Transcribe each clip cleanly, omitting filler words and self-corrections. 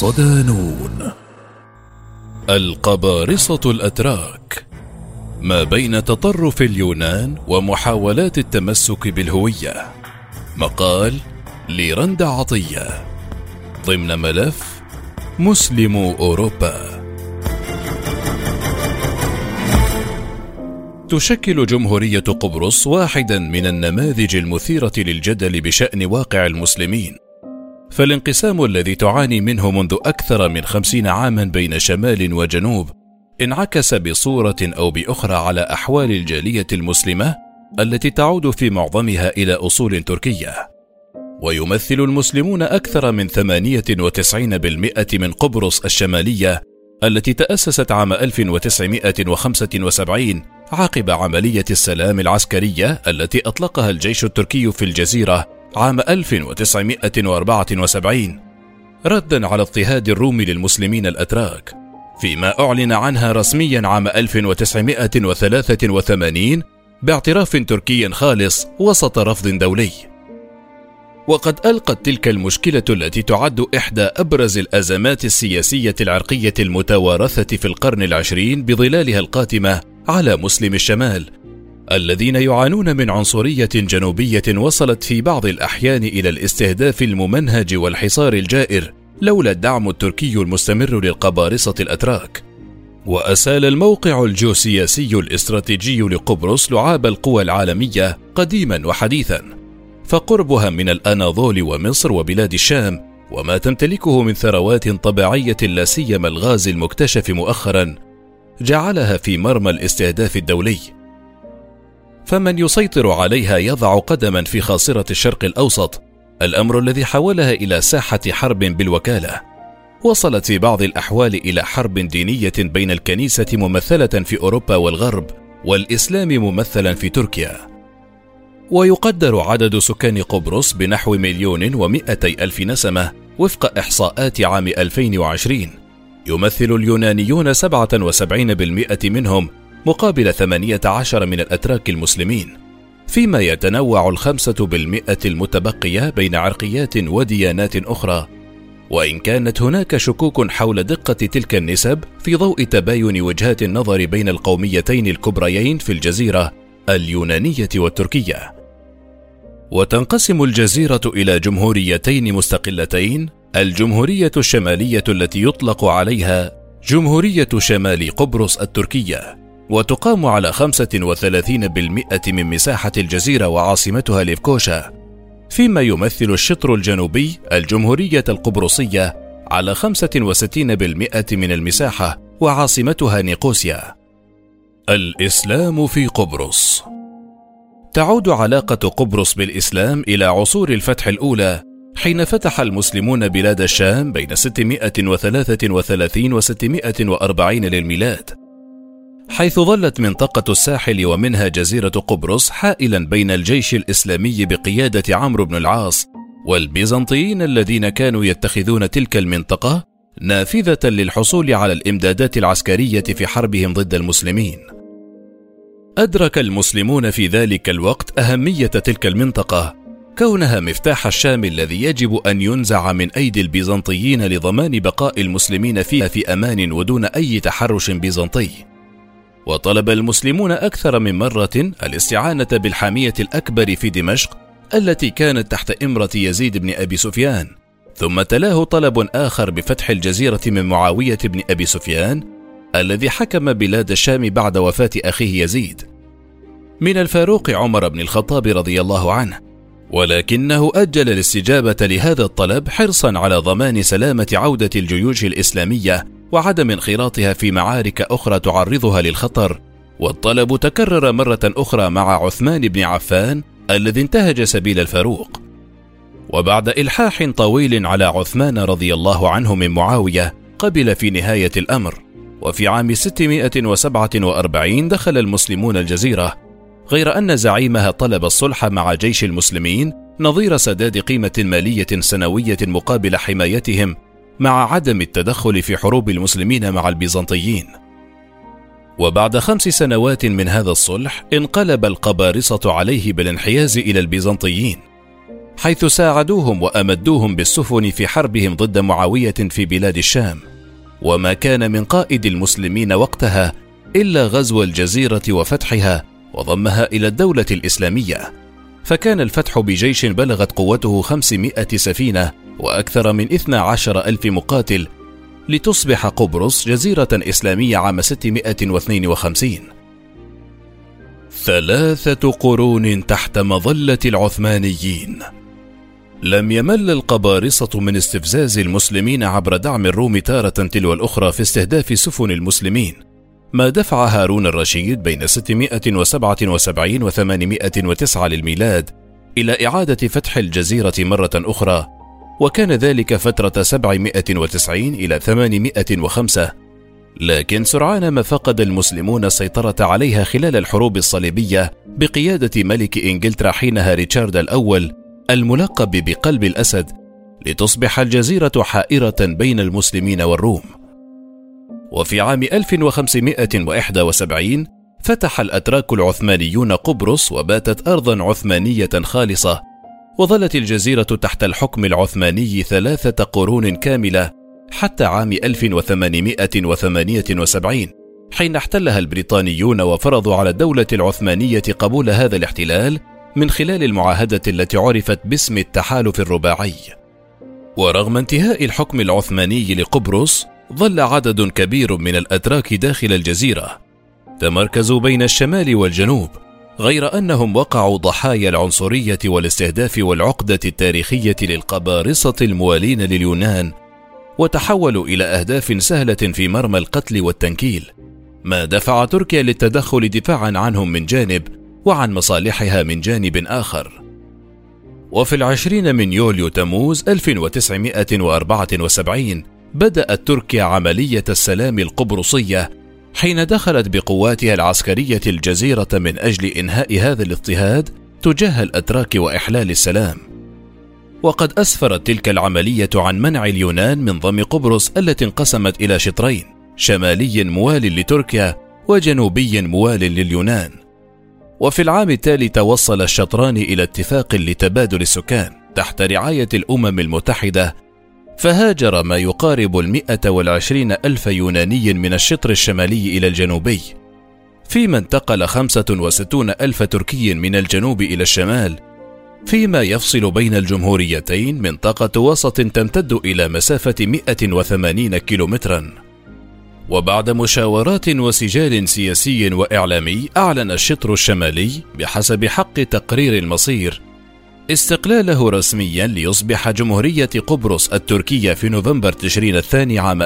صدانون. القبارصة الأتراك ما بين تطرف اليونان ومحاولات التمسك بالهوية. مقال لرندا عطية ضمن ملف مسلمو أوروبا. تشكل جمهورية قبرص واحدا من النماذج المثيرة للجدل بشأن واقع المسلمين، فالانقسام الذي تعاني منه منذ أكثر من 50 عاما بين شمال وجنوب انعكس بصورة أو بأخرى على أحوال الجالية المسلمة التي تعود في معظمها إلى أصول تركية. ويمثل المسلمون أكثر من 98% من قبرص الشمالية التي تأسست عام 1975 عقب عملية السلام العسكرية التي أطلقها الجيش التركي في الجزيرة عام 1974 ردا على اضطهاد الروم للمسلمين الأتراك، فيما أعلن عنها رسميا عام 1983 باعتراف تركي خالص وسط رفض دولي. وقد ألقت تلك المشكلة التي تعد إحدى أبرز الأزمات السياسية العرقية المتوارثة في القرن العشرين بظلالها القاتمة على مسلم الشمال الذين يعانون من عنصرية جنوبية وصلت في بعض الأحيان إلى الاستهداف الممنهج والحصار الجائر لولا الدعم التركي المستمر للقبارصة الأتراك. وأسال الموقع الجيوسياسي الاستراتيجي لقبرص لعاب القوى العالمية قديما وحديثا، فقربها من الأناضول ومصر وبلاد الشام وما تمتلكه من ثروات طبيعية لا سيما الغاز المكتشف مؤخرا جعلها في مرمى الاستهداف الدولي. فمن يسيطر عليها يضع قدما في خاصرة الشرق الأوسط، الأمر الذي حولها إلى ساحة حرب بالوكالة وصلت في بعض الأحوال إلى حرب دينية بين الكنيسة ممثلة في أوروبا والغرب والإسلام ممثلا في تركيا. ويقدر عدد سكان قبرص بنحو 1,200,000 نسمة وفق إحصاءات عام 2020. يمثل اليونانيون 77% منهم مقابل 18 من الأتراك المسلمين، فيما يتنوع 5% المتبقية بين عرقيات وديانات أخرى، وإن كانت هناك شكوك حول دقة تلك النسب في ضوء تباين وجهات النظر بين القوميتين الكبريين في الجزيرة اليونانية والتركية. وتنقسم الجزيرة إلى جمهوريتين مستقلتين، الجمهورية الشمالية التي يطلق عليها جمهورية شمال قبرص التركية، وتقام على 35% من مساحة الجزيرة وعاصمتها ليفكوشا، فيما يمثل الشطر الجنوبي الجمهورية القبرصية على 65% من المساحة وعاصمتها نيقوسيا. الإسلام في قبرص. تعود علاقة قبرص بالإسلام إلى عصور الفتح الأولى، حين فتح المسلمون بلاد الشام بين 633 و 640 للميلاد، حيث ظلت منطقة الساحل ومنها جزيرة قبرص حائلا بين الجيش الإسلامي بقيادة عمرو بن العاص والبيزنطيين الذين كانوا يتخذون تلك المنطقة نافذة للحصول على الإمدادات العسكرية في حربهم ضد المسلمين. أدرك المسلمون في ذلك الوقت أهمية تلك المنطقة، كونها مفتاح الشام الذي يجب أن ينزع من أيدي البيزنطيين لضمان بقاء المسلمين فيها في أمان ودون أي تحرش بيزنطي. وطلب المسلمون أكثر من مرة الاستعانة بالحامية الأكبر في دمشق التي كانت تحت إمرة يزيد بن أبي سفيان، ثم تلاه طلب آخر بفتح الجزيرة من معاوية بن أبي سفيان الذي حكم بلاد الشام بعد وفاة أخيه يزيد، من الفاروق عمر بن الخطاب رضي الله عنه، ولكنه أجل الاستجابة لهذا الطلب حرصا على ضمان سلامة عودة الجيوش الإسلامية وعدم انخراطها في معارك أخرى تعرضها للخطر. والطلب تكرر مرة أخرى مع عثمان بن عفان الذي انتهج سبيل الفاروق. وبعد إلحاح طويل على عثمان رضي الله عنه من معاوية قبل في نهاية الأمر، وفي عام 647 دخل المسلمون الجزيرة، غير أن زعيمها طلب الصلح مع جيش المسلمين نظير سداد قيمة مالية سنوية مقابل حمايتهم مع عدم التدخل في حروب المسلمين مع البيزنطيين. وبعد 5 سنوات من هذا الصلح انقلب القبارصة عليه بالانحياز إلى البيزنطيين، حيث ساعدوهم وأمدوهم بالسفن في حربهم ضد معاوية في بلاد الشام، وما كان من قائد المسلمين وقتها إلا غزو الجزيرة وفتحها وضمها إلى الدولة الإسلامية، فكان الفتح بجيش بلغت قوته 500 سفينة وأكثر من 12,000 مقاتل، لتصبح قبرص جزيرة إسلامية عام 652. 3 قرون تحت مظلة العثمانيين. لم يمل القبارصة من استفزاز المسلمين عبر دعم الروم تارة تلو الأخرى في استهداف سفن المسلمين، ما دفع هارون الرشيد بين 677 و 809 للميلاد إلى إعادة فتح الجزيرة مرة أخرى، وكان ذلك فترة 790 إلى 805، لكن سرعان ما فقد المسلمون السيطرة عليها خلال الحروب الصليبية بقيادة ملك إنجلترا حينها ريتشارد الأول الملقب بقلب الأسد، لتصبح الجزيرة حائرة بين المسلمين والروم. وفي عام 1571 فتح الأتراك العثمانيون قبرص، وباتت أرضا عثمانية خالصة، وظلت الجزيرة تحت الحكم العثماني 3 قرون كاملة حتى عام 1878 حين احتلها البريطانيون وفرضوا على الدولة العثمانية قبول هذا الاحتلال من خلال المعاهدة التي عرفت باسم التحالف الرباعي. ورغم انتهاء الحكم العثماني لقبرص، ظل عدد كبير من الأتراك داخل الجزيرة، تمركزوا بين الشمال والجنوب، غير أنهم وقعوا ضحايا العنصرية والاستهداف والعقدة التاريخية للقبارصة الموالين لليونان، وتحولوا إلى أهداف سهلة في مرمى القتل والتنكيل، ما دفع تركيا للتدخل دفاعا عنهم من جانب وعن مصالحها من جانب آخر. وفي 20 من يوليو تموز 1974 بدأت تركيا عملية السلام القبرصية، حين دخلت بقواتها العسكرية الجزيرة من أجل إنهاء هذا الاضطهاد تجاه الأتراك وإحلال السلام. وقد أسفرت تلك العملية عن منع اليونان من ضم قبرص التي انقسمت إلى شطرين، شمالي موال لتركيا وجنوبي موال لليونان. وفي العام التالي توصل الشطران إلى اتفاق لتبادل السكان تحت رعاية الأمم المتحدة، فهاجر ما يقارب 120,000 يوناني من الشطر الشمالي إلى الجنوبي، فيما انتقل 65,000 تركي من الجنوب إلى الشمال، فيما يفصل بين الجمهوريتين منطقة وسط تمتد إلى مسافة 180 كيلومترا. وبعد مشاورات وسجال سياسي وإعلامي، أعلن الشطر الشمالي بحسب حق تقرير المصير استقلاله رسميا ليصبح جمهورية قبرص التركية في نوفمبر تشرين الثاني عام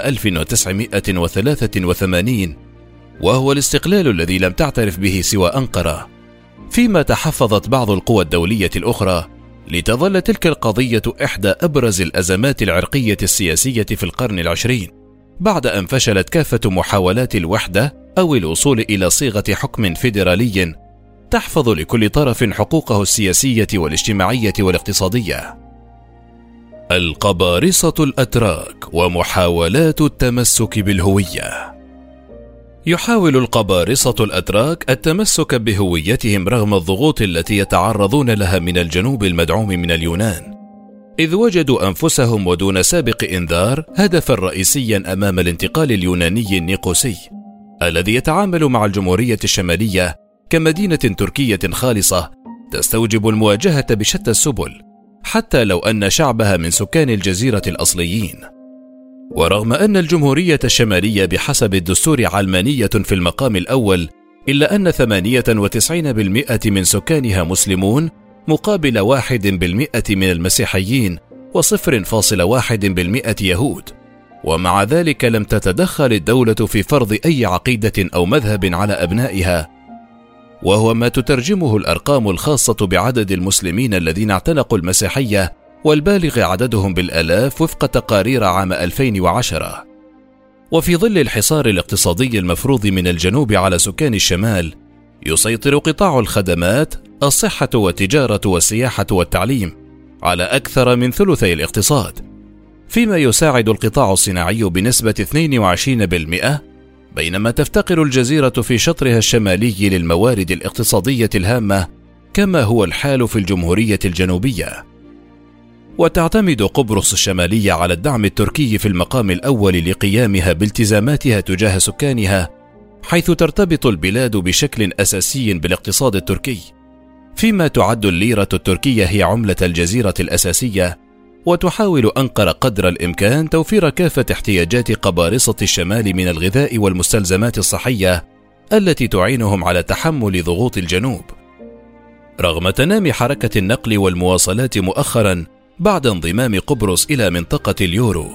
1983، وهو الاستقلال الذي لم تعترف به سوى أنقرة، فيما تحفظت بعض القوى الدولية الأخرى لتظل تلك القضية إحدى أبرز الأزمات العرقية السياسية في القرن العشرين، بعد أن فشلت كافة محاولات الوحدة أو الوصول إلى صيغة حكم فيدرالي تحفظ لكل طرف حقوقه السياسية والاجتماعية والاقتصادية. القبارصة الأتراك ومحاولات التمسك بالهوية. يحاول القبارصة الأتراك التمسك بهويتهم رغم الضغوط التي يتعرضون لها من الجنوب المدعوم من اليونان، إذ وجدوا أنفسهم ودون سابق إنذار هدفا رئيسيا أمام الانتقال اليوناني النيقوسي، الذي يتعامل مع الجمهورية الشمالية كمدينة تركية خالصة تستوجب المواجهة بشتى السبل، حتى لو أن شعبها من سكان الجزيرة الأصليين. ورغم أن الجمهورية الشمالية بحسب الدستور علمانية في المقام الأول، إلا أن 98% من سكانها مسلمون مقابل 1% من المسيحيين و0.1% يهود، ومع ذلك لم تتدخل الدولة في فرض أي عقيدة أو مذهب على أبنائها، وهو ما تترجمه الأرقام الخاصة بعدد المسلمين الذين اعتنقوا المسيحية والبالغ عددهم بالآلاف وفق تقارير عام 2010. وفي ظل الحصار الاقتصادي المفروض من الجنوب على سكان الشمال، يسيطر قطاع الخدمات، الصحة والتجارة والسياحة والتعليم على أكثر من ثلثي الاقتصاد، فيما يساعد القطاع الصناعي بنسبة 22%، بينما تفتقر الجزيرة في شطرها الشمالي للموارد الاقتصادية الهامة كما هو الحال في الجمهورية الجنوبية. وتعتمد قبرص الشمالية على الدعم التركي في المقام الأول لقيامها بالتزاماتها تجاه سكانها، حيث ترتبط البلاد بشكل أساسي بالاقتصاد التركي، فيما تعد الليرة التركية هي عملة الجزيرة الأساسية، وتحاول أنقرة قدر الإمكان توفير كافة احتياجات قبارصة الشمال من الغذاء والمستلزمات الصحية التي تعينهم على تحمل ضغوط الجنوب. رغم تنامي حركة النقل والمواصلات مؤخرا بعد انضمام قبرص إلى منطقة اليورو.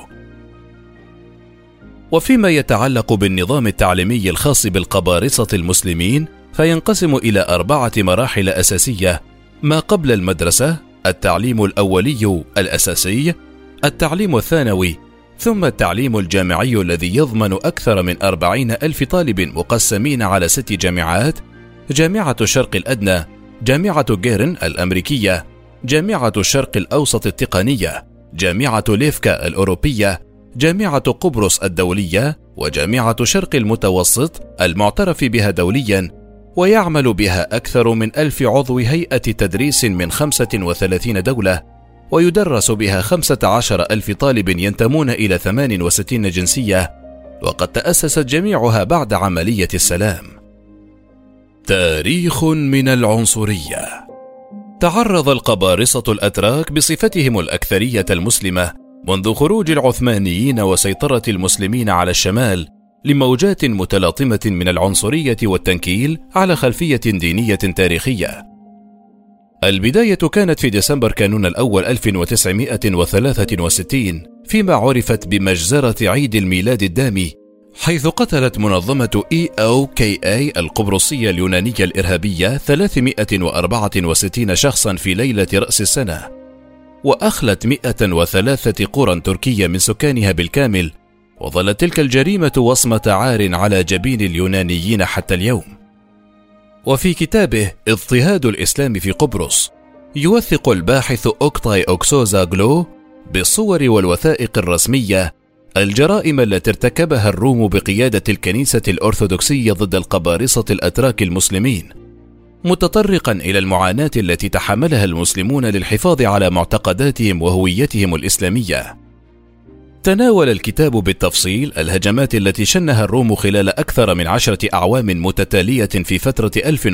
وفيما يتعلق بالنظام التعليمي الخاص بالقبارصة المسلمين، فينقسم إلى 4 مراحل أساسية: ما قبل المدرسة، التعليم الأولي الأساسي، التعليم الثانوي، ثم التعليم الجامعي الذي يضمن أكثر من 40,000 طالب مقسمين على 6 جامعات: جامعة الشرق الأدنى، جامعة جيرن الأمريكية، جامعة الشرق الأوسط التقنية، جامعة ليفكا الأوروبية، جامعة قبرص الدولية، وجامعة شرق المتوسط المعترف بها دوليا، ويعمل بها أكثر من 1000 عضو هيئة تدريس من 35 دولة، ويدرس بها 15,000 طالب ينتمون إلى 68 جنسية، وقد تأسست جميعها بعد عملية السلام. تاريخ من العنصرية. تعرض القبارصة الأتراك بصفتهم الأكثرية المسلمة منذ خروج العثمانيين وسيطرة المسلمين على الشمال لموجات متلاطمة من العنصرية والتنكيل على خلفية دينية تاريخية. البداية كانت في ديسمبر كانون الأول 1963 فيما عرفت بمجزرة عيد الميلاد الدامي، حيث قتلت منظمة EOKA القبرصية اليونانية الإرهابية 364 شخصا في ليلة رأس السنة، وأخلت 103 قرى تركية من سكانها بالكامل، وظلت تلك الجريمة وصمة عار على جبين اليونانيين حتى اليوم. وفي كتابه اضطهاد الإسلام في قبرص، يوثق الباحث أوكتاي أوكسوزاغلو بالصور والوثائق الرسمية الجرائم التي ارتكبها الروم بقيادة الكنيسة الأرثوذكسية ضد القبارصة الأتراك المسلمين، متطرقا إلى المعاناة التي تحملها المسلمون للحفاظ على معتقداتهم وهويتهم الإسلامية. تناول الكتاب بالتفصيل الهجمات التي شنها الروم خلال أكثر من 10 أعوام متتالية في فترة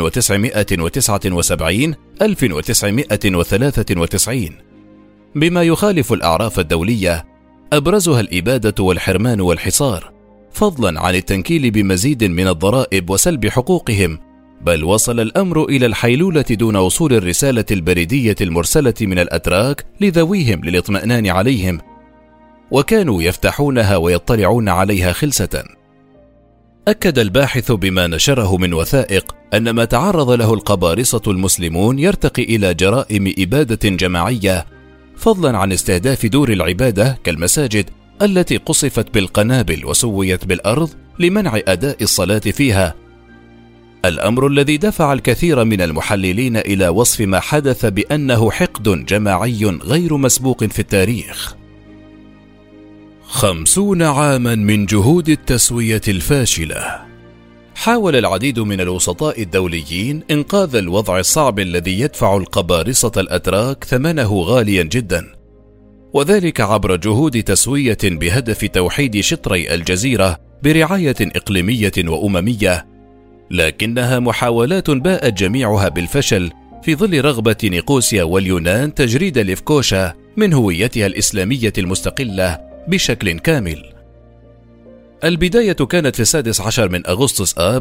1979-1993، بما يخالف الأعراف الدولية، أبرزها الإبادة والحرمان والحصار، فضلا عن التنكيل بمزيد من الضرائب وسلب حقوقهم، بل وصل الأمر إلى الحيلولة دون وصول الرسالة البريدية المرسلة من الأتراك لذويهم للاطمئنان عليهم، وكانوا يفتحونها ويطلعون عليها خلسة. أكد الباحث بما نشره من وثائق أن ما تعرض له القبارصة المسلمون يرتقي إلى جرائم إبادة جماعية، فضلا عن استهداف دور العبادة كالمساجد التي قصفت بالقنابل وسويت بالأرض لمنع أداء الصلاة فيها، الأمر الذي دفع الكثير من المحللين إلى وصف ما حدث بأنه حقد جماعي غير مسبوق في التاريخ. 50 عاما من جهود التسوية الفاشلة. حاول العديد من الوسطاء الدوليين إنقاذ الوضع الصعب الذي يدفع القبارصة الأتراك ثمنه غاليا جدا، وذلك عبر جهود تسوية بهدف توحيد شطري الجزيرة برعاية إقليمية وأممية، لكنها محاولات باءت جميعها بالفشل في ظل رغبة نيقوسيا واليونان تجريد ليفكوشا من هويتها الإسلامية المستقلة بشكل كامل. البداية كانت في 16 من أغسطس آب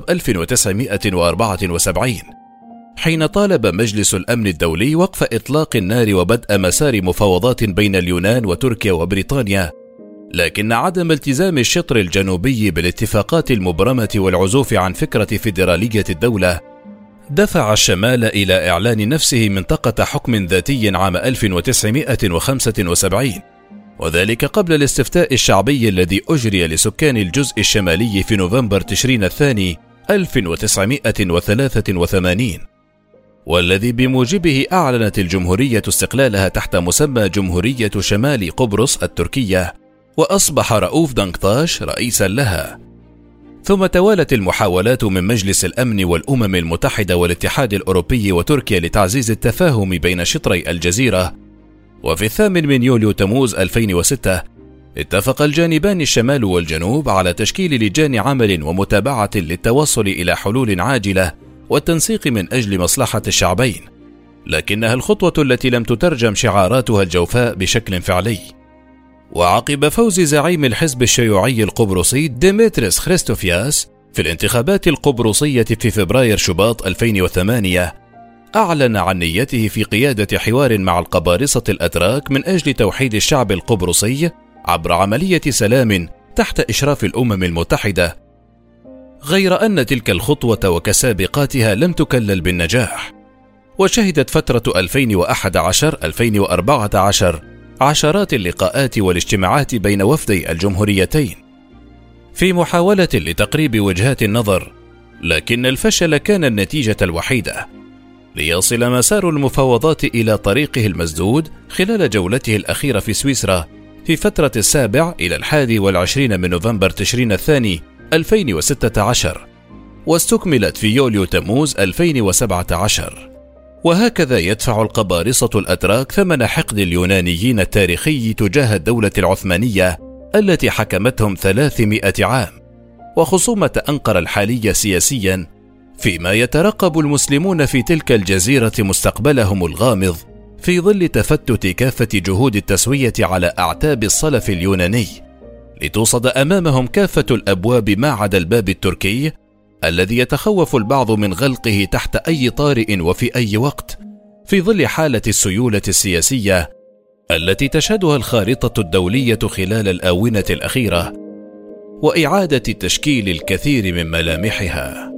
1974، حين طالب مجلس الأمن الدولي وقف إطلاق النار وبدء مسار مفاوضات بين اليونان وتركيا وبريطانيا، لكن عدم التزام الشطر الجنوبي بالاتفاقات المبرمة والعزوف عن فكرة فيدرالية الدولة دفع الشمال إلى إعلان نفسه منطقة حكم ذاتي عام 1975، وذلك قبل الاستفتاء الشعبي الذي أجري لسكان الجزء الشمالي في نوفمبر تشرين الثاني 1983، والذي بموجبه أعلنت الجمهورية استقلالها تحت مسمى جمهورية شمال قبرص التركية، وأصبح رؤوف دنقطاش رئيسا لها. ثم توالت المحاولات من مجلس الأمن والأمم المتحدة والاتحاد الأوروبي وتركيا لتعزيز التفاهم بين شطري الجزيرة، وفي 8 يوليو تموز 2006 اتفق الجانبان الشمال والجنوب على تشكيل لجان عمل ومتابعة للتوصل إلى حلول عاجلة والتنسيق من أجل مصلحة الشعبين، لكنها الخطوة التي لم تترجم شعاراتها الجوفاء بشكل فعلي. وعقب فوز زعيم الحزب الشيوعي القبرصي ديمتريس خريستوفياس في الانتخابات القبرصية في فبراير شباط 2008، أعلن عن نيته في قيادة حوار مع القبارصة الأتراك من أجل توحيد الشعب القبرصي عبر عملية سلام تحت إشراف الأمم المتحدة، غير أن تلك الخطوة وكسابقاتها لم تكلل بالنجاح. وشهدت فترة 2011-2014 عشرات اللقاءات والاجتماعات بين وفدي الجمهوريتين في محاولة لتقريب وجهات النظر، لكن الفشل كان النتيجة الوحيدة ليصل مسار المفاوضات إلى طريقه المسدود خلال جولته الأخيرة في سويسرا في فترة 7 إلى 21 من نوفمبر تشرين الثاني 2016، واستكملت في يوليو تموز 2017. وهكذا يدفع القبارصة الأتراك ثمن حقد اليونانيين التاريخي تجاه الدولة العثمانية التي حكمتهم 300 عام، وخصومة أنقرة الحالية سياسيا، فيما يترقب المسلمون في تلك الجزيرة مستقبلهم الغامض في ظل تفتت كافة جهود التسوية على أعتاب الصلف اليوناني، لتوصد أمامهم كافة الأبواب ما عدا الباب التركي الذي يتخوف البعض من غلقه تحت أي طارئ وفي أي وقت، في ظل حالة السيولة السياسية التي تشهدها الخارطة الدولية خلال الآونة الأخيرة، وإعادة تشكيل الكثير من ملامحها.